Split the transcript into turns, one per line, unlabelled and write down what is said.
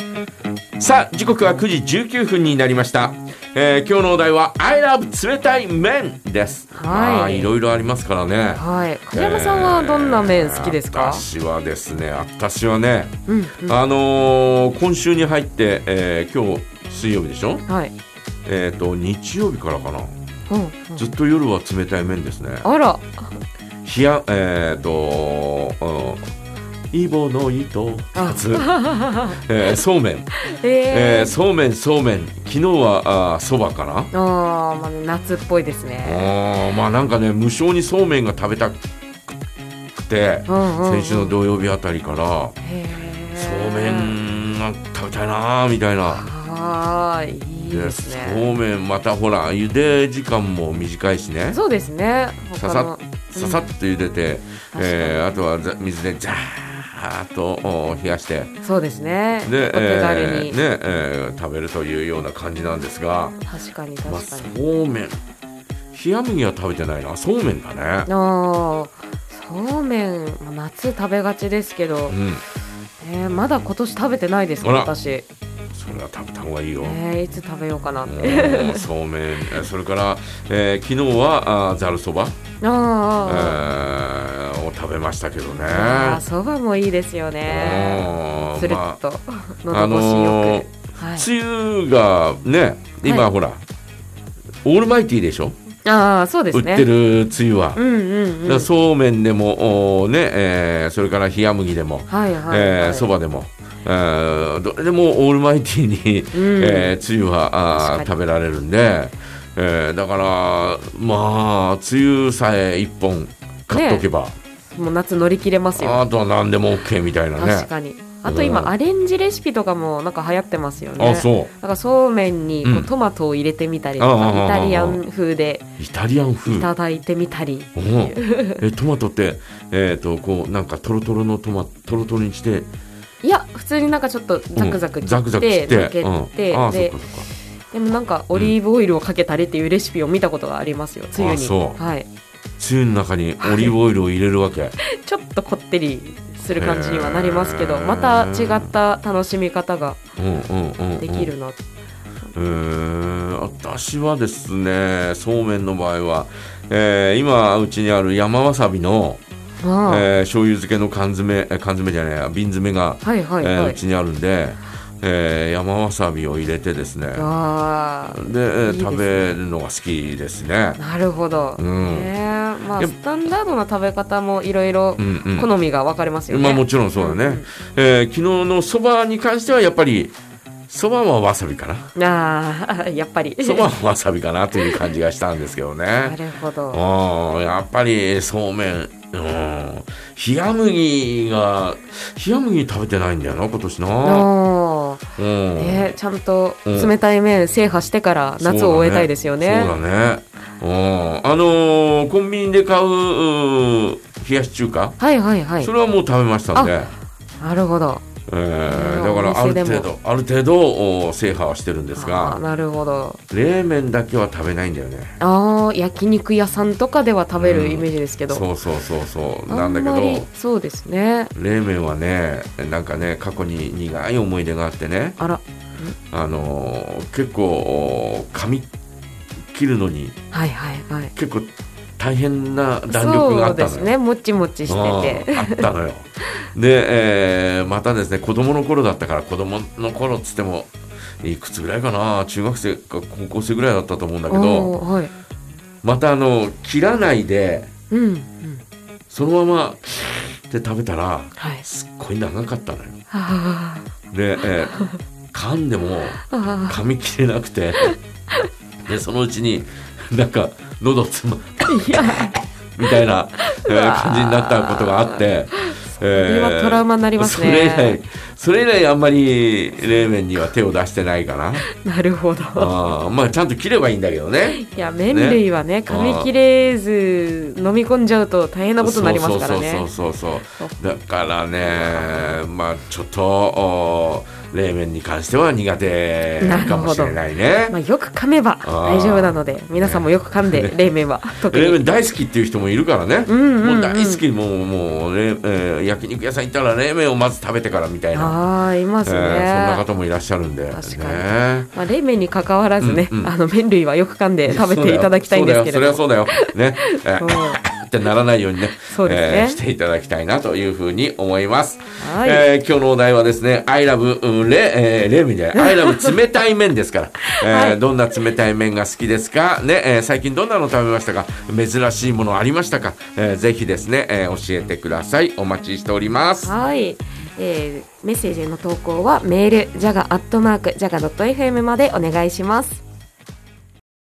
さあ時刻は9時19分になりました。今日のお題は I love 冷たい麺です。
はい、
いろいろありますからね。
はい、梶山さんはどんな麺好きですか？
私はね、今週に入って、今日水曜日でしょ、
はい、
日曜日からかな、
うん、
ずっと夜は冷たい麺ですね。
あら、
イボの糸つそうめん、そうめん昨日はそばかな。
まあ、夏っぽいですね。
まあなんかね、無性にそうめんが食べたくて、先週の土曜日あたりからそうめんが食べたいなみたいな。
いいですね。
そうめんまたほら茹で時間も短いしね。
そうですね。
ささっと茹でて、あとは水でジャーッと冷やして、
そうですね。
で、
お手軽に、
食べるというような感じなんですが、
確かに、
そうめん、冷麦は食べてないな。そうめんだね。
そうめん、夏食べがちですけど、まだ今年食べてないですか、私。
それは食べた方がいいよ。
いつ食べようかなって
そうめん、それから、昨日はざるそばを食べましたけどね。
そばもいいですよね。つるっと喉越しよく、
梅雨がね今、ほらオールマイティーでしょ。
そうですね、
売ってる梅雨は、そうめんでもそれから冷麦でもそばでも、どれでもオールマイティーに、梅雨は食べられるんで、だからまあ梅雨さえ一本買っとけば、
もう夏乗り切れますよ。
あとは何でも OK みたいなね。
確かに。あと今、アレンジレシピとかもなんか流行ってますよね。
そう
なんかそうめんにトマトを入れてみたりとか、イタリアン風でいただいてみたり。
トマトって、こうなんかトロトロのトロトロにして、
いや普通になんかちょっとザクザク切ってのけて、でもなんかオリーブオイルをかけたりっていうレシピを見たことがありますよ、梅雨に。
つゆの中にオリーブオイルを入れるわけ
ちょっとこってりする感じにはなりますけど、また違った楽しみ方ができるな。
私はですね、そうめんの場合は、今うちにある山わさびの醤油漬けの缶詰じゃないや瓶詰が、うちにあるんで、山わさびを入れてですね、で食べるのが好きですね。
なるほど、スタンダードな食べ方もいろいろ好みが分かれますよね。
もちろんそうだね。昨日のそばに関してはやっぱりそばはわさびかな。
やっぱり
そばはわさびかなという感じがしたんですけどね。
なるほど。
やっぱりそうめん、冷麦食べてないんだよな今年な。
ちゃんと冷たい麺制覇してから夏を終えたいですよね。
そうだね。コンビニで買う冷やし中華、それはもう食べましたんで。
なるほど。
だからある程度制覇はしてるんですが、
なるほど。
冷麺だけは食べないんだよね。
焼肉屋さんとかでは食べるイメージですけど、
そうなんだけど、
そうですね、
冷麺はね、なんかね、過去に苦い思い出があってね、結構噛み切るのに、結構大変な弾力があったのよ。そうですね、
もちもちしてて
あったのよ。で、またですね、子供の頃だったから、子供の頃っつってもいくつぐらいかな、中学生か高校生ぐらいだったと思うんだけど、また切らないで、そのままで食べたら、すっごい長かったのよ。で、噛んでも噛み切れなくて、でそのうちになんか喉つまみたいな感じになったことがあって、
それはトラウマになります
ね。それ以来あんまり冷麺には手を出してないかな。
なるほど。
ちゃんと切ればいいんだけどね。
いや、麺類はね、噛み切れず飲み込んじゃうと大変なことになりますからね。
だからね、ちょっと冷麺に関しては苦手かもしれないね。
まあ、よく噛めば大丈夫なので、皆さんもよく噛んで、冷麺は特に
冷麺大好きっていう人もいるからね、もう大好き、もう焼肉屋さん行ったら冷麺をまず食べてからみたいな、
いますね、そん
な方もいらっしゃるんで、
確かに、まあ、冷麺に関わらずね、麺類はよく噛んで食べていただきたいんですけれども、
それはそうだよねってならないようにね、
そうですね、
していただきたいなというふうに思います。今日のお題はですね、I love 冷麺じゃない、I love 冷たい麺ですから、どんな冷たい麺が好きですかね、最近どんなの食べましたか、珍しいものありましたか、ぜひですね、教えてください。お待ちしております。
はい、メッセージの投稿はメール jaga@jaga.fm までお願いします。